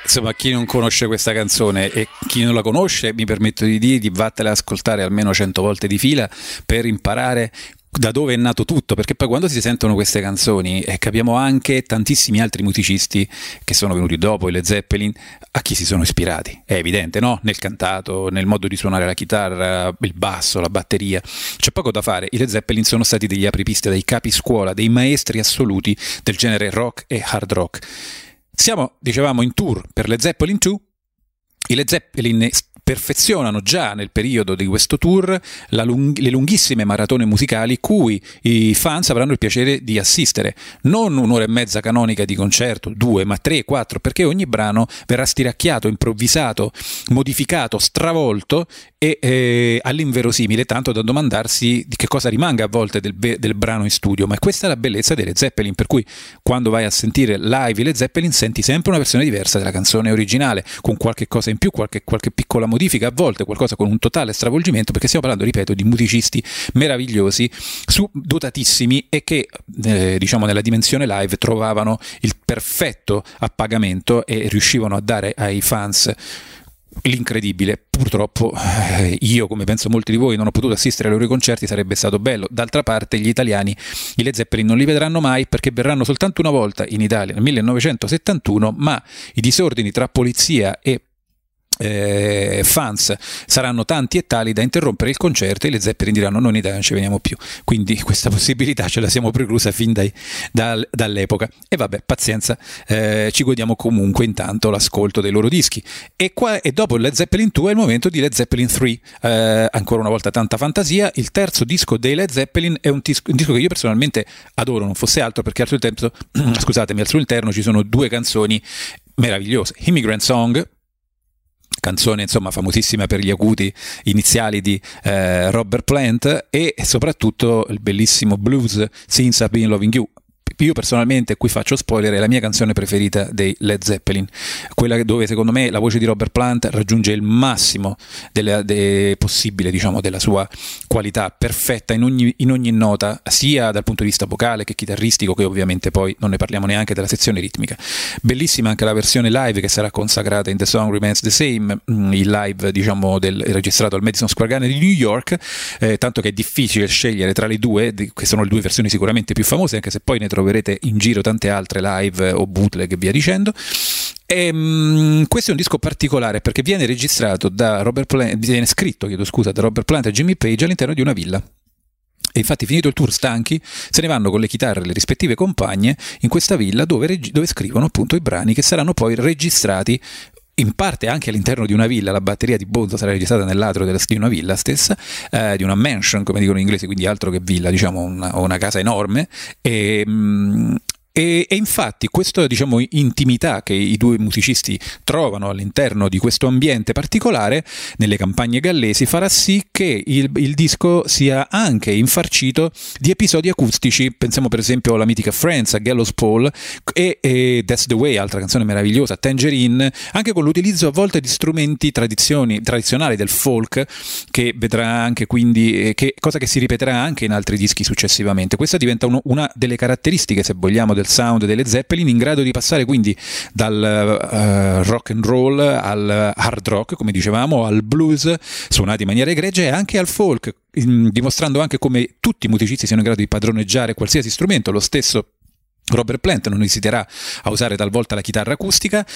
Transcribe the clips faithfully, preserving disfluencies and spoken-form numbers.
insomma, chi non conosce questa canzone e chi non la conosce, mi permetto di dire, di vattela ad ascoltare almeno cento volte di fila per imparare da dove è nato tutto, perché poi quando si sentono queste canzoni eh, capiamo anche tantissimi altri musicisti che sono venuti dopo i Led Zeppelin a chi si sono ispirati. È evidente, no? Nel cantato, nel modo di suonare la chitarra, il basso, la batteria, c'è poco da fare. I Led Zeppelin sono stati degli apripista, dei capiscuola, dei maestri assoluti del genere rock e hard rock. Siamo, dicevamo, in tour per Led Zeppelin due. I Led Zeppelin perfezionano già nel periodo di questo tour la lung- le lunghissime maratone musicali cui i fans avranno il piacere di assistere. Non un'ora e mezza canonica di concerto, due, ma tre, quattro, perché ogni brano verrà stiracchiato, improvvisato, modificato, stravolto e eh, all'inverosimile, tanto da domandarsi di che cosa rimanga a volte del, be- del brano in studio. Ma questa è la bellezza delle Zeppelin, per cui quando vai a sentire live le Zeppelin senti sempre una versione diversa della canzone originale, con qualche cosa in più, qualche, qualche piccola modifica, a volte qualcosa con un totale stravolgimento, perché stiamo parlando, ripeto, di musicisti meravigliosi, su, dotatissimi e che eh, diciamo nella dimensione live trovavano il perfetto appagamento e riuscivano a dare ai fans l'incredibile. Purtroppo eh, io, come penso molti di voi, non ho potuto assistere ai loro concerti, sarebbe stato bello. D'altra parte gli italiani i Led Zeppelin non li vedranno mai, perché verranno soltanto una volta in Italia nel millenovecentosettantuno, ma i disordini tra polizia e Eh, fans saranno tanti e tali da interrompere il concerto e le Zeppelin diranno: noi in Italia non ci veniamo più. Quindi questa possibilità ce la siamo preclusa fin dai, dal, dall'epoca, e vabbè, pazienza, eh, ci godiamo comunque intanto l'ascolto dei loro dischi. E, qua, e dopo Led Zeppelin due è il momento di Led Zeppelin tre, eh, ancora una volta tanta fantasia. Il terzo disco dei Led Zeppelin è un disco, un disco che io personalmente adoro, non fosse altro perché al suo tempo scusatemi, al suo interno ci sono due canzoni meravigliose: Immigrant Song, canzone insomma famosissima per gli acuti iniziali di eh, Robert Plant, e soprattutto il bellissimo blues Since I've Been Loving You. Io personalmente, qui faccio spoiler, è la mia canzone preferita dei Led Zeppelin, quella dove secondo me la voce di Robert Plant raggiunge il massimo delle, de, possibile, diciamo, della sua qualità perfetta in ogni, in ogni nota, sia dal punto di vista vocale che chitarristico, che ovviamente poi non ne parliamo neanche della sezione ritmica. Bellissima anche la versione live che sarà consacrata in The Song Remains the Same, il live diciamo del, registrato al Madison Square Garden di New York, eh, tanto che è difficile scegliere tra le due, che sono le due versioni sicuramente più famose, anche se poi ne troverete in giro tante altre live o bootleg e via dicendo. E, um, questo è un disco particolare perché viene registrato da Robert Plant, viene scritto, chiedo scusa, da Robert Plant e Jimmy Page all'interno di una villa. E infatti, finito il tour, stanchi, se ne vanno con le chitarre e le rispettive compagne in questa villa dove, reg- dove scrivono appunto i brani che saranno poi registrati in parte anche all'interno di una villa. La batteria di Bonzo sarà registrata nell'atrio della, di una villa stessa, eh, di una mansion come dicono in inglese, quindi altro che villa, diciamo una, una casa enorme. E, mh, E, e infatti questa, diciamo, intimità che i due musicisti trovano all'interno di questo ambiente particolare nelle campagne gallesi farà sì che il, il disco sia anche infarcito di episodi acustici. Pensiamo per esempio alla mitica Friends, a Gallows Pole e, e That's the Way, altra canzone meravigliosa, Tangerine, anche con l'utilizzo a volte di strumenti tradizioni, tradizionali del folk, che vedrà anche quindi, che, cosa che si ripeterà anche in altri dischi successivamente. Questa diventa uno, una delle caratteristiche, se vogliamo, del sound delle Zeppelin, in grado di passare quindi dal uh, rock and roll al hard rock, come dicevamo, al blues suonati in maniera egregia, e anche al folk, in, dimostrando anche come tutti i musicisti siano in grado di padroneggiare qualsiasi strumento. Lo stesso Robert Plant non esiterà a usare talvolta la chitarra acustica,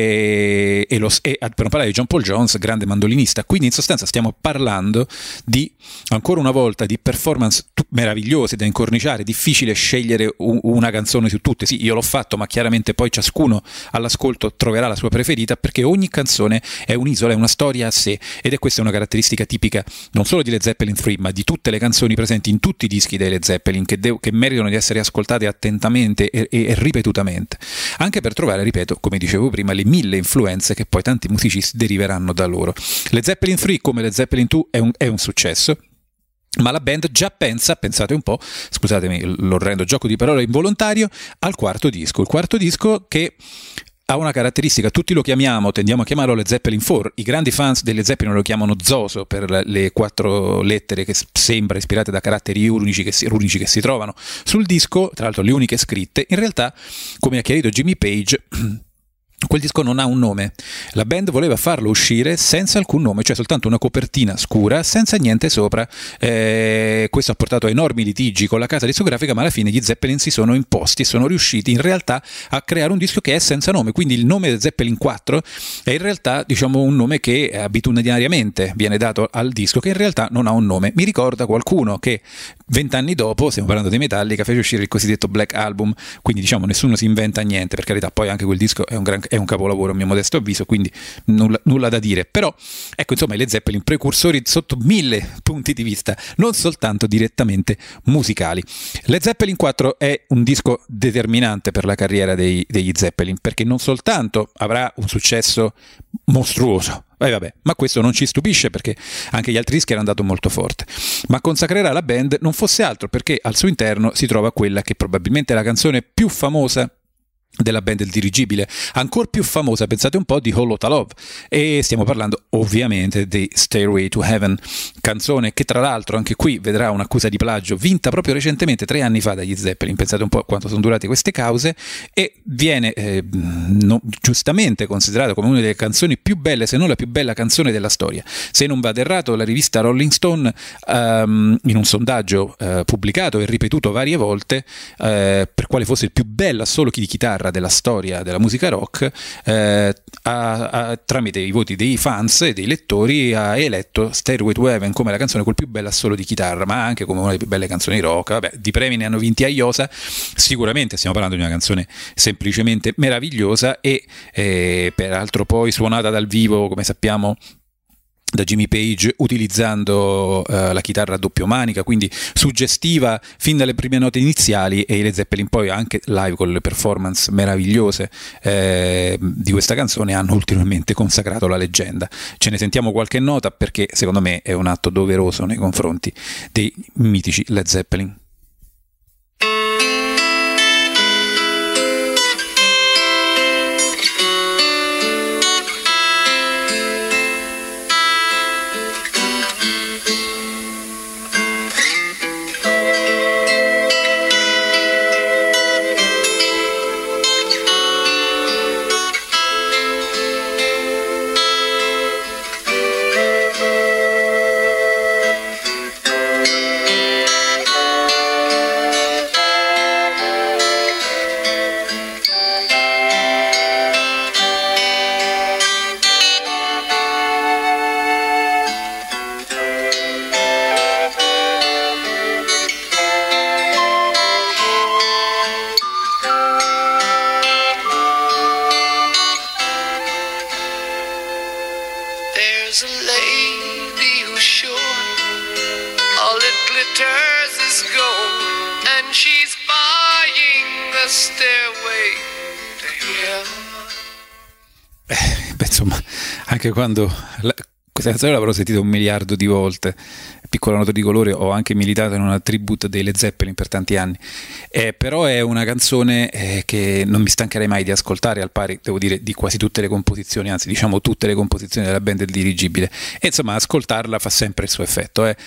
e, e, lo, e per non parlare di John Paul Jones, grande mandolinista. Quindi in sostanza stiamo parlando di, ancora una volta, di performance meravigliose da incorniciare. Difficile scegliere un, una canzone su tutte. Sì, io l'ho fatto, ma chiaramente poi ciascuno all'ascolto troverà la sua preferita, perché ogni canzone è un'isola, è una storia a sé, ed è questa una caratteristica tipica non solo di Led Zeppelin tre, ma di tutte le canzoni presenti in tutti i dischi dei Led Zeppelin, che, de- che meritano di essere ascoltate attentamente E, e, e ripetutamente, anche per trovare, ripeto, come dicevo prima, le mille influenze che poi tanti musicisti deriveranno da loro. Le Zeppelin tre, come le Zeppelin due, è un, è un successo, ma la band già pensa, pensate un po', scusatemi l'orrendo gioco di parole involontario, al quarto disco. Il quarto disco che ha una caratteristica: tutti lo chiamiamo, tendiamo a chiamarlo le Zeppelin quattro, i grandi fans delle Zeppelin lo chiamano Zoso per le quattro lettere che sembra ispirate da caratteri unici che, si, unici che si trovano sul disco, tra l'altro le uniche scritte. In realtà, come ha chiarito Jimmy Page, Quel disco non ha un nome, la band voleva farlo uscire senza alcun nome, cioè soltanto una copertina scura senza niente sopra. Eh, questo ha portato a enormi litigi con la casa discografica, ma alla fine gli Zeppelin si sono imposti e sono riusciti in realtà a creare un disco che è senza nome, quindi il nome Zeppelin quattro è in realtà, diciamo, un nome che abitudinariamente viene dato al disco, che in realtà non ha un nome. Mi ricorda qualcuno che vent'anni dopo, stiamo parlando di Metallica, fece uscire il cosiddetto Black Album, quindi diciamo nessuno si inventa niente, per carità, poi anche quel disco è un gran è un capolavoro a mio modesto avviso, quindi nulla, nulla da dire. Però ecco, insomma, le Zeppelin precursori sotto mille punti di vista, non soltanto direttamente musicali. Le Zeppelin quattro è un disco determinante per la carriera dei, degli Zeppelin, perché non soltanto avrà un successo mostruoso, eh vabbè, ma questo non ci stupisce perché anche gli altri dischi erano andato molto forte, ma consacrerà la band non fosse altro perché al suo interno si trova quella che probabilmente è la canzone più famosa della band del dirigibile, ancora più famosa, pensate un po', di Hollow Love, e stiamo parlando ovviamente di Stairway to Heaven, canzone che tra l'altro anche qui vedrà un'accusa di plagio vinta proprio recentemente, tre anni fa, dagli Zeppelin. Pensate un po' quanto sono durate queste cause, e viene eh, no, giustamente considerata come una delle canzoni più belle, se non la più bella canzone della storia. Se non vado errato, la rivista Rolling Stone um, in un sondaggio uh, pubblicato e ripetuto varie volte uh, per quale fosse il più bello assolo di chitarra della storia della musica rock, eh, ha, ha, tramite i voti dei fans e dei lettori ha eletto Stairway to Heaven come la canzone col più bello assolo di chitarra, ma anche come una delle più belle canzoni rock. Vabbè, di premi ne hanno vinti a iosa, sicuramente stiamo parlando di una canzone semplicemente meravigliosa e eh, peraltro poi suonata dal vivo, come sappiamo, da Jimmy Page, utilizzando uh, la chitarra a doppio manica, quindi suggestiva fin dalle prime note iniziali, e le Zeppelin poi anche live con le performance meravigliose eh, di questa canzone hanno ulteriormente consacrato la leggenda. Ce ne sentiamo qualche nota perché secondo me è un atto doveroso nei confronti dei mitici Led Zeppelin. Anche quando la, questa canzone l'avrò sentita un miliardo di volte, piccola nota di colore, ho anche militato in una tribute dei Led Zeppelin per tanti anni, eh, però è una canzone eh, che non mi stancherei mai di ascoltare, al pari, devo dire, di quasi tutte le composizioni, anzi diciamo tutte le composizioni della band del dirigibile, e insomma ascoltarla fa sempre il suo effetto, eh.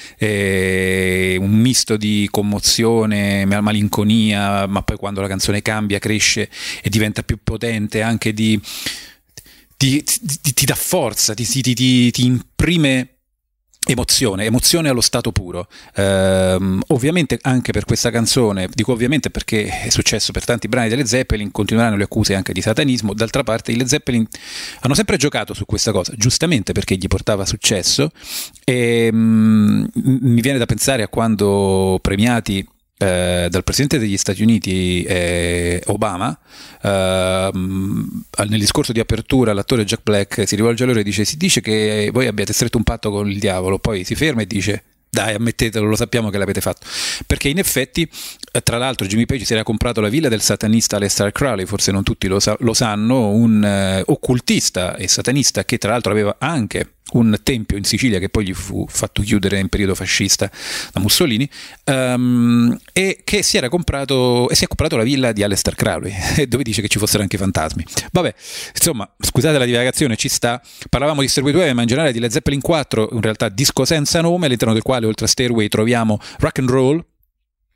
È un misto di commozione, malinconia, ma poi quando la canzone cambia, cresce e diventa più potente, anche di Ti, ti, ti dà forza, ti, ti, ti, ti imprime emozione, emozione allo stato puro. Ehm, ovviamente anche per questa canzone, dico ovviamente perché è successo per tanti brani delle Zeppelin, continueranno le accuse anche di satanismo. D'altra parte i Led Zeppelin hanno sempre giocato su questa cosa, giustamente perché gli portava successo, e um, mi viene da pensare a quando premiati Eh, dal presidente degli Stati Uniti eh, Obama, eh, nel discorso di apertura l'attore Jack Black si rivolge a loro e dice: si dice che voi abbiate stretto un patto con il diavolo, poi si ferma e dice: dai, ammettetelo, lo sappiamo che l'avete fatto. Perché in effetti, tra l'altro, Jimmy Page si era comprato la villa del satanista Aleister Crowley, forse non tutti lo, sa- lo sanno, un eh, occultista e satanista che tra l'altro aveva anche un tempio in Sicilia che poi gli fu fatto chiudere in periodo fascista da Mussolini, um, e che si era comprato e si è comprato la villa di Aleister Crowley, dove dice che ci fossero anche fantasmi. Vabbè, insomma, scusate la divagazione, ci sta. Parlavamo di Stairway to Heaven, ma in generale di Led Zeppelin quattro, in realtà disco senza nome, all'interno del quale oltre a Stairway troviamo Rock and Roll,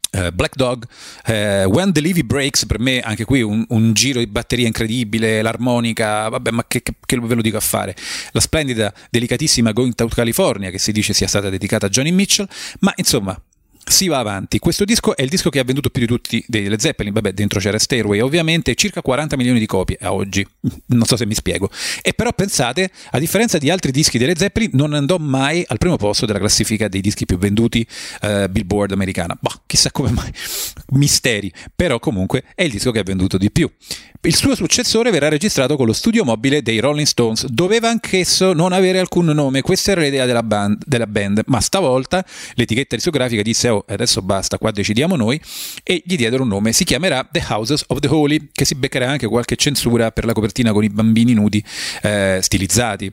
Uh, Black Dog, uh, When the Levee Breaks, per me anche qui un, un giro di batteria incredibile, l'armonica, vabbè, ma che, che, che ve lo dico a fare, la splendida, delicatissima Going to California, che si dice sia stata dedicata a Johnny Mitchell, ma insomma si va avanti. Questo disco è il disco che ha venduto più di tutti dei Led Zeppelin, vabbè, dentro c'era Stairway ovviamente, circa quaranta milioni di copie a oggi, non so se mi spiego, e però pensate, a differenza di altri dischi dei Led Zeppelin non andò mai al primo posto della classifica dei dischi più venduti uh, Billboard americana, boh, chissà come mai, misteri, però comunque è il disco che ha venduto di più. Il suo successore verrà registrato con lo studio mobile dei Rolling Stones, doveva anch'esso non avere alcun nome, questa era l'idea della band, della band, ma stavolta l'etichetta discografica disse oh, adesso basta, qua decidiamo noi, e gli diedero un nome, si chiamerà The Houses of the Holy, che si beccherà anche qualche censura per la copertina con i bambini nudi eh, stilizzati.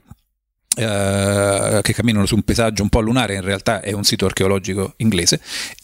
Uh, che camminano su un paesaggio un po' lunare, in realtà è un sito archeologico inglese,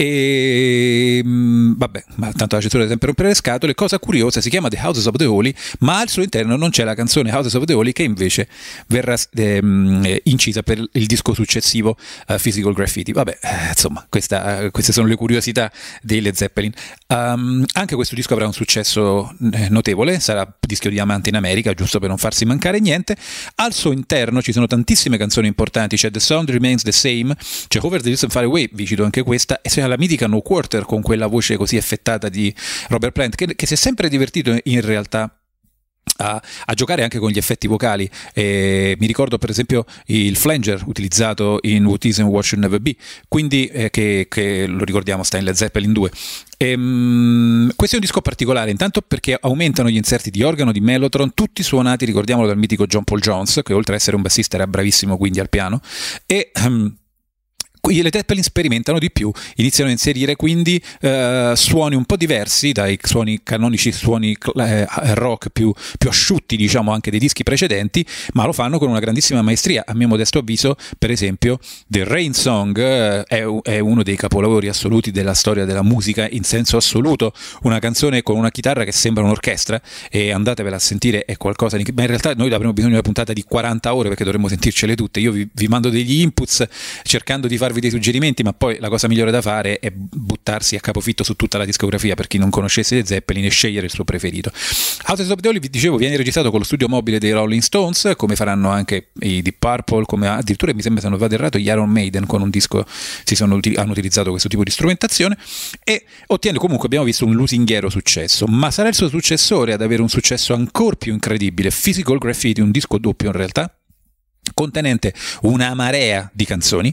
e mh, vabbè, ma tanto la censura deve sempre rompere le scatole. Cosa curiosa, si chiama The Houses of the Holy, ma al suo interno non c'è la canzone Houses of the Holy, che invece verrà eh, incisa per il disco successivo, uh, Physical Graffiti. Vabbè, eh, insomma, questa, uh, queste sono le curiosità dei Led Zeppelin. Um, anche questo disco avrà un successo notevole, sarà disco di diamante in America, giusto per non farsi mancare niente. Al suo interno ci sono tantissime canzoni importanti, c'è The Sound Remains the Same, c'è Over the Hills and Far Away, vi cito anche questa, e c'è la mitica No Quarter con quella voce così effettata di Robert Plant, che, che si è sempre divertito in realtà A, a giocare anche con gli effetti vocali. Eh, mi ricordo per esempio il flanger utilizzato in What Is and What Should Never Be, quindi eh, che, che lo ricordiamo sta in Led Zeppelin due. Ehm, questo è un disco particolare intanto perché aumentano gli inserti di organo, di mellotron, tutti suonati, ricordiamolo, dal mitico John Paul Jones, che oltre ad essere un bassista era bravissimo quindi al piano, e um, i Led Zeppelin sperimentano di più, iniziano a inserire quindi eh, suoni un po' diversi dai suoni canonici, suoni eh, rock più, più asciutti, diciamo, anche dei dischi precedenti, ma lo fanno con una grandissima maestria. A mio modesto avviso, per esempio, The Rain Song eh, è, è uno dei capolavori assoluti della storia della musica in senso assoluto, una canzone con una chitarra che sembra un'orchestra, e andatevela a sentire, è qualcosa di... ma in realtà noi avremo bisogno di una puntata di quaranta ore perché dovremmo sentircele tutte. Io vi, vi mando degli inputs cercando di farvi dei suggerimenti, ma poi la cosa migliore da fare è buttarsi a capofitto su tutta la discografia per chi non conoscesse le Zeppelin e scegliere il suo preferito. Houses of the Holy, vi dicevo, viene registrato con lo studio mobile dei Rolling Stones, come faranno anche i Deep Purple, come addirittura mi sembra, se non vado errato, gli Iron Maiden con un disco si sono, hanno utilizzato questo tipo di strumentazione, e ottiene comunque, abbiamo visto, un lusinghiero successo. Ma sarà il suo successore ad avere un successo ancora più incredibile, Physical Graffiti, un disco doppio in realtà, contenente una marea di canzoni,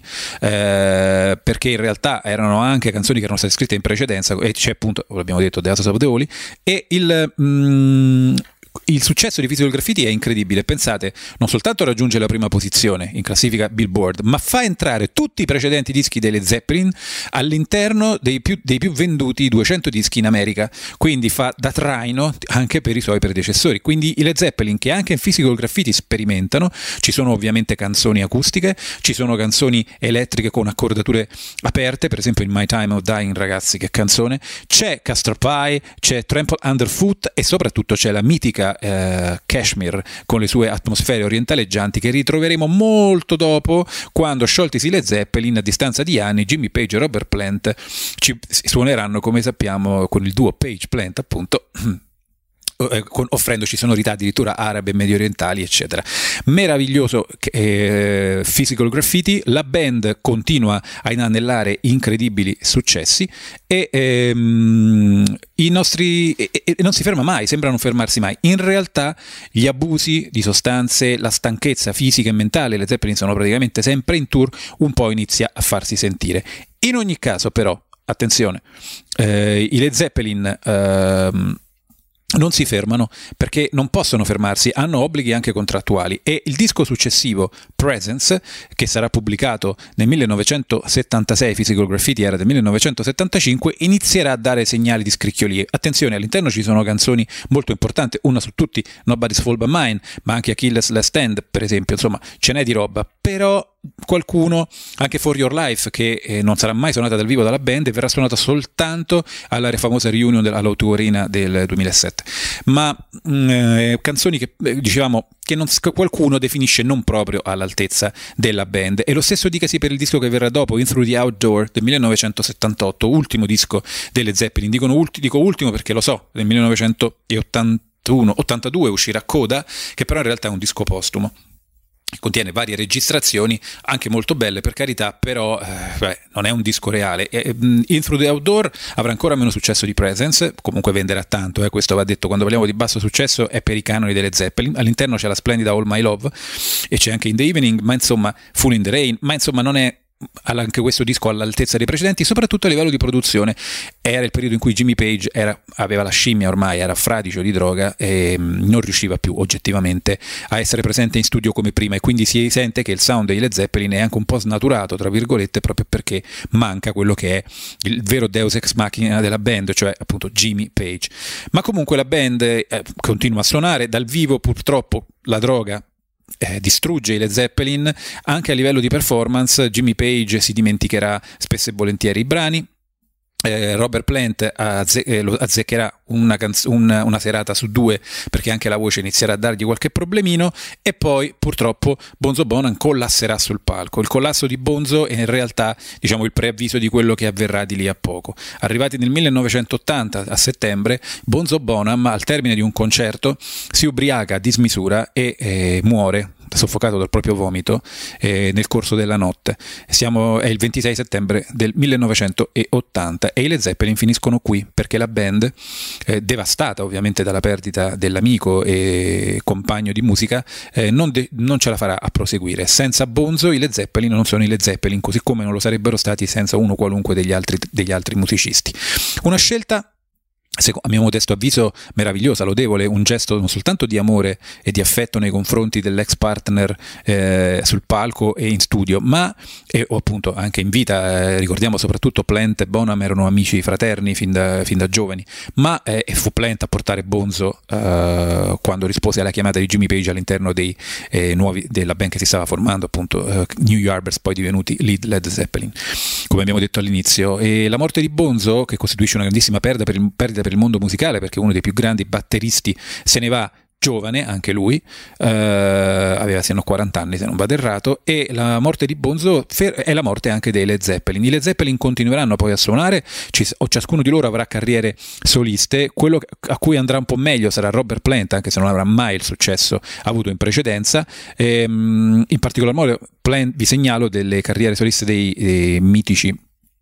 eh, perché in realtà erano anche canzoni che erano state scritte in precedenza, e c'è appunto, l'abbiamo detto, The Houses of the Holy, e il... Mm, il successo di Physical Graffiti è incredibile. Pensate, non soltanto raggiunge la prima posizione in classifica Billboard, ma fa entrare tutti i precedenti dischi delle Zeppelin all'interno dei più, dei più venduti duecento dischi in America, quindi fa da traino anche per i suoi predecessori. Quindi i Led Zeppelin, che anche in Physical Graffiti sperimentano, ci sono ovviamente canzoni acustiche, ci sono canzoni elettriche con accordature aperte, per esempio in My Time of Dying, ragazzi, che canzone, c'è Castor Pie, c'è Trample Underfoot, e soprattutto c'è la mitica Eh, Kashmir con le sue atmosfere orientaleggianti, che ritroveremo molto dopo, quando, scioltisi le Zeppelin a distanza di anni, Jimmy Page e Robert Plant ci suoneranno, come sappiamo, con il duo Page Plant, appunto, offrendoci sonorità addirittura arabe, medio orientali, eccetera. Meraviglioso eh, Physical Graffiti. La band continua a inanellare incredibili successi, e ehm, i nostri e, e non si ferma mai, sembra non fermarsi mai. In realtà gli abusi di sostanze, la stanchezza fisica e mentale, le Zeppelin sono praticamente sempre in tour, un po' inizia a farsi sentire. In ogni caso, però, attenzione, eh, i Led Zeppelin ehm, non si fermano, perché non possono fermarsi, hanno obblighi anche contrattuali, e il disco successivo, Presence, che sarà pubblicato nel millenovecentosettantasei, Physical Graffiti era del millenovecentosettantacinque, inizierà a dare segnali di scricchiolie. Attenzione, all'interno ci sono canzoni molto importanti, una su tutti, Nobody's Fault But Mine, ma anche Achilles Last Stand, per esempio, insomma ce n'è di roba, però qualcuno, anche For Your Life, che eh, non sarà mai suonata dal vivo dalla band e verrà suonata soltanto alla famosa reunion dell'O due Arena del duemilasette. Ma mh, eh, canzoni che eh, dicevamo che non, qualcuno definisce non proprio all'altezza della band, e lo stesso dicasi per il disco che verrà dopo, In Through the Outdoor del millenovecentosettantotto, ultimo disco delle Zeppelin. Dicono ulti, dico ultimo perché lo so, nel millenovecentottantuno ottantadue uscirà Coda, che però in realtà è un disco postumo. Contiene varie registrazioni, anche molto belle per carità, però eh, beh, non è un disco reale. In Through the Outdoor avrà ancora meno successo di Presence, comunque venderà tanto, eh, questo va detto. Quando parliamo di basso successo è per i canoni delle Zeppelin. All'interno c'è la splendida All My Love e c'è anche In the Evening, ma insomma Full in the Rain, ma insomma non è anche questo disco all'altezza dei precedenti, soprattutto a livello di produzione. Era il periodo in cui Jimmy Page era, aveva la scimmia, ormai era fradicio di droga e non riusciva più oggettivamente a essere presente in studio come prima, e quindi si sente che il sound dei Led Zeppelin è anche un po' snaturato, tra virgolette, proprio perché manca quello che è il vero deus ex machina della band, cioè appunto Jimmy Page. Ma comunque la band eh, continua a suonare dal vivo. Purtroppo la droga Eh, distrugge i Led Zeppelin. Anche a livello di performance Jimmy Page si dimenticherà spesso e volentieri i brani. eh, Robert Plant azze- eh, lo azzeccherà una, canz- una, una serata su due, perché anche la voce inizierà a dargli qualche problemino, e poi purtroppo Bonzo Bonham collasserà sul palco. Il collasso di Bonzo è in realtà, diciamo, il preavviso di quello che avverrà di lì a poco. Arrivati nel millenovecentottanta, a settembre, Bonzo Bonham, al termine di un concerto, si ubriaca a dismisura e eh, muore soffocato dal proprio vomito eh, nel corso della notte. Siamo, è il ventisei settembre del millenovecentottanta e i Led Zeppelin finiscono qui, perché la band, eh, devastata ovviamente dalla perdita dell'amico e compagno di musica, eh, non, de- non ce la farà a proseguire. Senza Bonzo i Led Zeppelin non sono i Led Zeppelin, così come non lo sarebbero stati senza uno qualunque degli altri, degli altri musicisti. Una scelta, a mio modesto avviso, meravigliosa, lodevole, un gesto non soltanto di amore e di affetto nei confronti dell'ex partner eh, sul palco e in studio, ma e, o appunto anche in vita. Eh, ricordiamo soprattutto Plant e Bonham erano amici fraterni fin da, fin da giovani, ma eh, e fu Plant a portare Bonzo eh, quando rispose alla chiamata di Jimmy Page all'interno dei eh, nuovi della band che si stava formando, appunto eh, New Yardbirds, poi divenuti lead Led Zeppelin, come abbiamo detto all'inizio. E la morte di Bonzo, che costituisce una grandissima perdita per il, perdita per il mondo musicale, perché uno dei più grandi batteristi se ne va giovane, anche lui, eh, aveva siano quaranta anni se non vado errato, e la morte di Bonzo è la morte anche dei Led Zeppelin. I Led Zeppelin continueranno poi a suonare, ci, o ciascuno di loro avrà carriere soliste. Quello a cui andrà un po' meglio sarà Robert Plant, anche se non avrà mai il successo avuto in precedenza. E, in particolar modo Plant, vi segnalo delle carriere soliste dei, dei mitici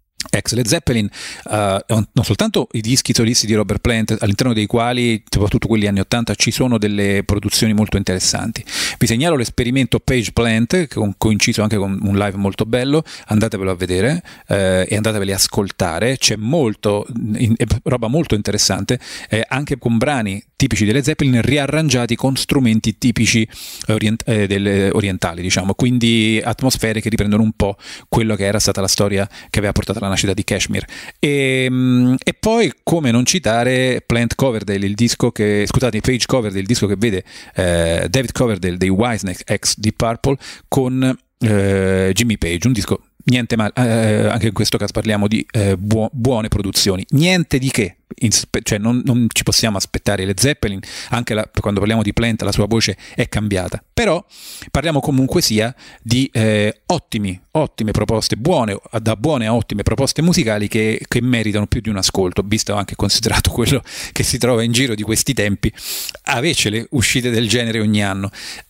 ex Led Zeppelin, uh, non soltanto i dischi solisti di Robert Plant, all'interno dei quali, soprattutto quelli anni ottanta, ci sono delle produzioni molto interessanti. Vi segnalo l'esperimento Page Plant, che ho coinciso anche con un live molto bello, andatevelo a vedere eh, e andateveli a ascoltare. C'è molto in, roba molto interessante, eh, anche con brani tipici delle Zeppelin riarrangiati con strumenti tipici orient- eh, delle, orientali, diciamo, quindi atmosfere che riprendono un po' quello che era stata la storia che aveva portato alla nascita di Kashmir. E, e poi, come non citare Plant Coverdale, il disco che, scusate, Page Coverdale, il disco che vede eh, David Coverdale dei Whitesnake ex Deep Purple con eh, Jimmy Page, un disco niente male, eh, anche in questo caso parliamo di eh, buo- buone produzioni, niente di che, in, cioè non, non ci possiamo aspettare le Zeppelin, anche la, quando parliamo di Plant la sua voce è cambiata, però parliamo comunque sia di eh, ottimi, ottime proposte, buone, da buone a ottime proposte musicali che, che meritano più di un ascolto, visto anche considerato quello che si trova in giro di questi tempi, avece le uscite del genere ogni anno.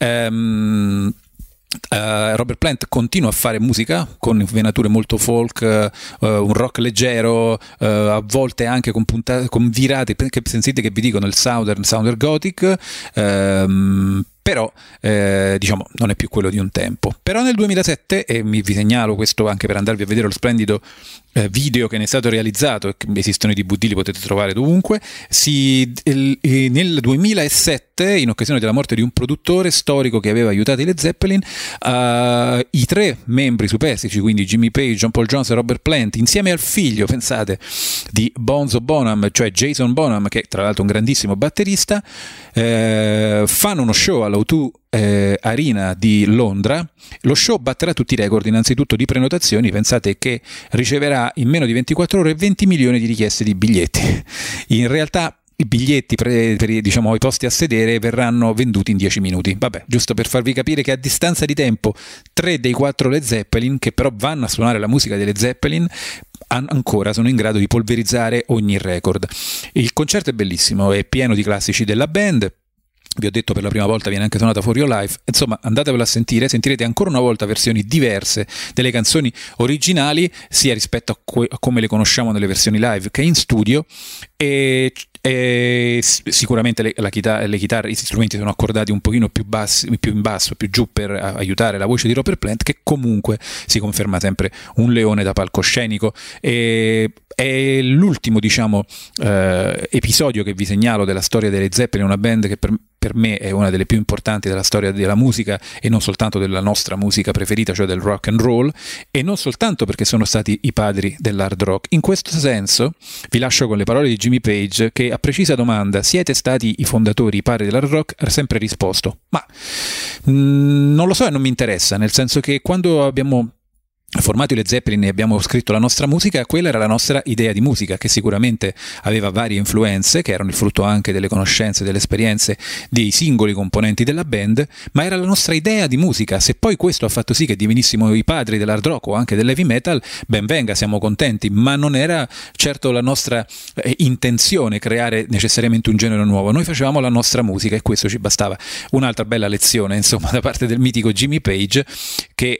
Ehm Uh, Robert Plant continua a fare musica con venature molto folk, uh, un rock leggero, uh, a volte anche con, puntate, con virate che sentite che vi dicono il Southern, Southern Gothic, um, però eh, diciamo non è più quello di un tempo. Però nel duemilasette, e mi vi segnalo questo anche per andarvi a vedere lo splendido eh, video che ne è stato realizzato, e che esistono i D V D, li potete trovare dovunque, si, il, nel duemilasette, in occasione della morte di un produttore storico che aveva aiutato i Led Zeppelin, uh, i tre membri superstiti, quindi Jimmy Page, John Paul Jones e Robert Plant, insieme al figlio, pensate, di Bonzo Bonham, cioè Jason Bonham, che tra l'altro è un grandissimo batterista, eh, fanno uno show al all'O due eh, Arena di Londra. Lo show batterà tutti i record innanzitutto di prenotazioni. Pensate che riceverà in meno di ventiquattro ore venti milioni di richieste di biglietti. In realtà i biglietti per, per diciamo, i posti a sedere verranno venduti in dieci minuti. Vabbè, giusto per farvi capire che a distanza di tempo tre dei quattro Led Zeppelin, che però vanno a suonare la musica delle Zeppelin, ancora sono in grado di polverizzare ogni record. Il concerto è bellissimo, è pieno di classici della band. Vi ho detto, per la prima volta viene anche suonata For Your Life. Insomma, andatevelo a sentire, sentirete ancora una volta versioni diverse delle canzoni originali, sia rispetto a, que- a come le conosciamo nelle versioni live che in studio. E E sicuramente le, la chitarra, le chitarre, gli strumenti sono accordati un pochino più bassi, più in basso, più giù, per aiutare la voce di Robert Plant, che comunque si conferma sempre un leone da palcoscenico. E è l'ultimo, diciamo, eh, episodio che vi segnalo della storia delle Zeppelin, una band che per, per me è una delle più importanti della storia della musica, e non soltanto della nostra musica preferita, cioè del rock and roll, e non soltanto perché sono stati i padri dell'hard rock. In questo senso vi lascio con le parole di Jimmy Page, che a precisa domanda "siete stati i fondatori, i padri dell'hard rock?" ha sempre risposto "ma mh, non lo so e non mi interessa", nel senso che quando abbiamo formato i Led Zeppelin e abbiamo scritto la nostra musica, quella era la nostra idea di musica, che sicuramente aveva varie influenze, che erano il frutto anche delle conoscenze, delle esperienze dei singoli componenti della band, ma era la nostra idea di musica. Se poi questo ha fatto sì che divenissimo i padri dell'hard rock o anche dell'heavy metal, ben venga, siamo contenti, ma non era certo la nostra eh, intenzione creare necessariamente un genere nuovo. Noi facevamo la nostra musica e questo ci bastava. Un'altra bella lezione, insomma, da parte del mitico Jimmy Page, che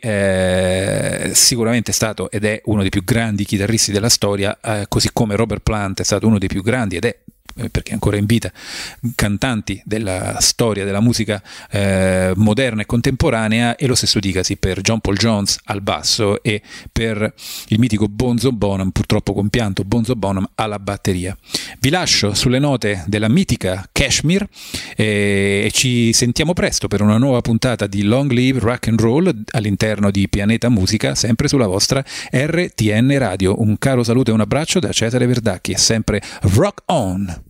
eh, sicuramente è stato ed è uno dei più grandi chitarristi della storia, eh, così come Robert Plant è stato uno dei più grandi ed è, perché è ancora in vita, cantanti della storia della musica eh, moderna e contemporanea, e lo stesso dicasi per John Paul Jones al basso e per il mitico Bonzo Bonham, purtroppo compianto Bonzo Bonham, alla batteria. Vi lascio sulle note della mitica Kashmir eh, e ci sentiamo presto per una nuova puntata di Long Live Rock and Roll all'interno di Pianeta Musica, sempre sulla vostra R T N Radio. Un caro saluto e un abbraccio da Cesare Verdacchi, e sempre rock on!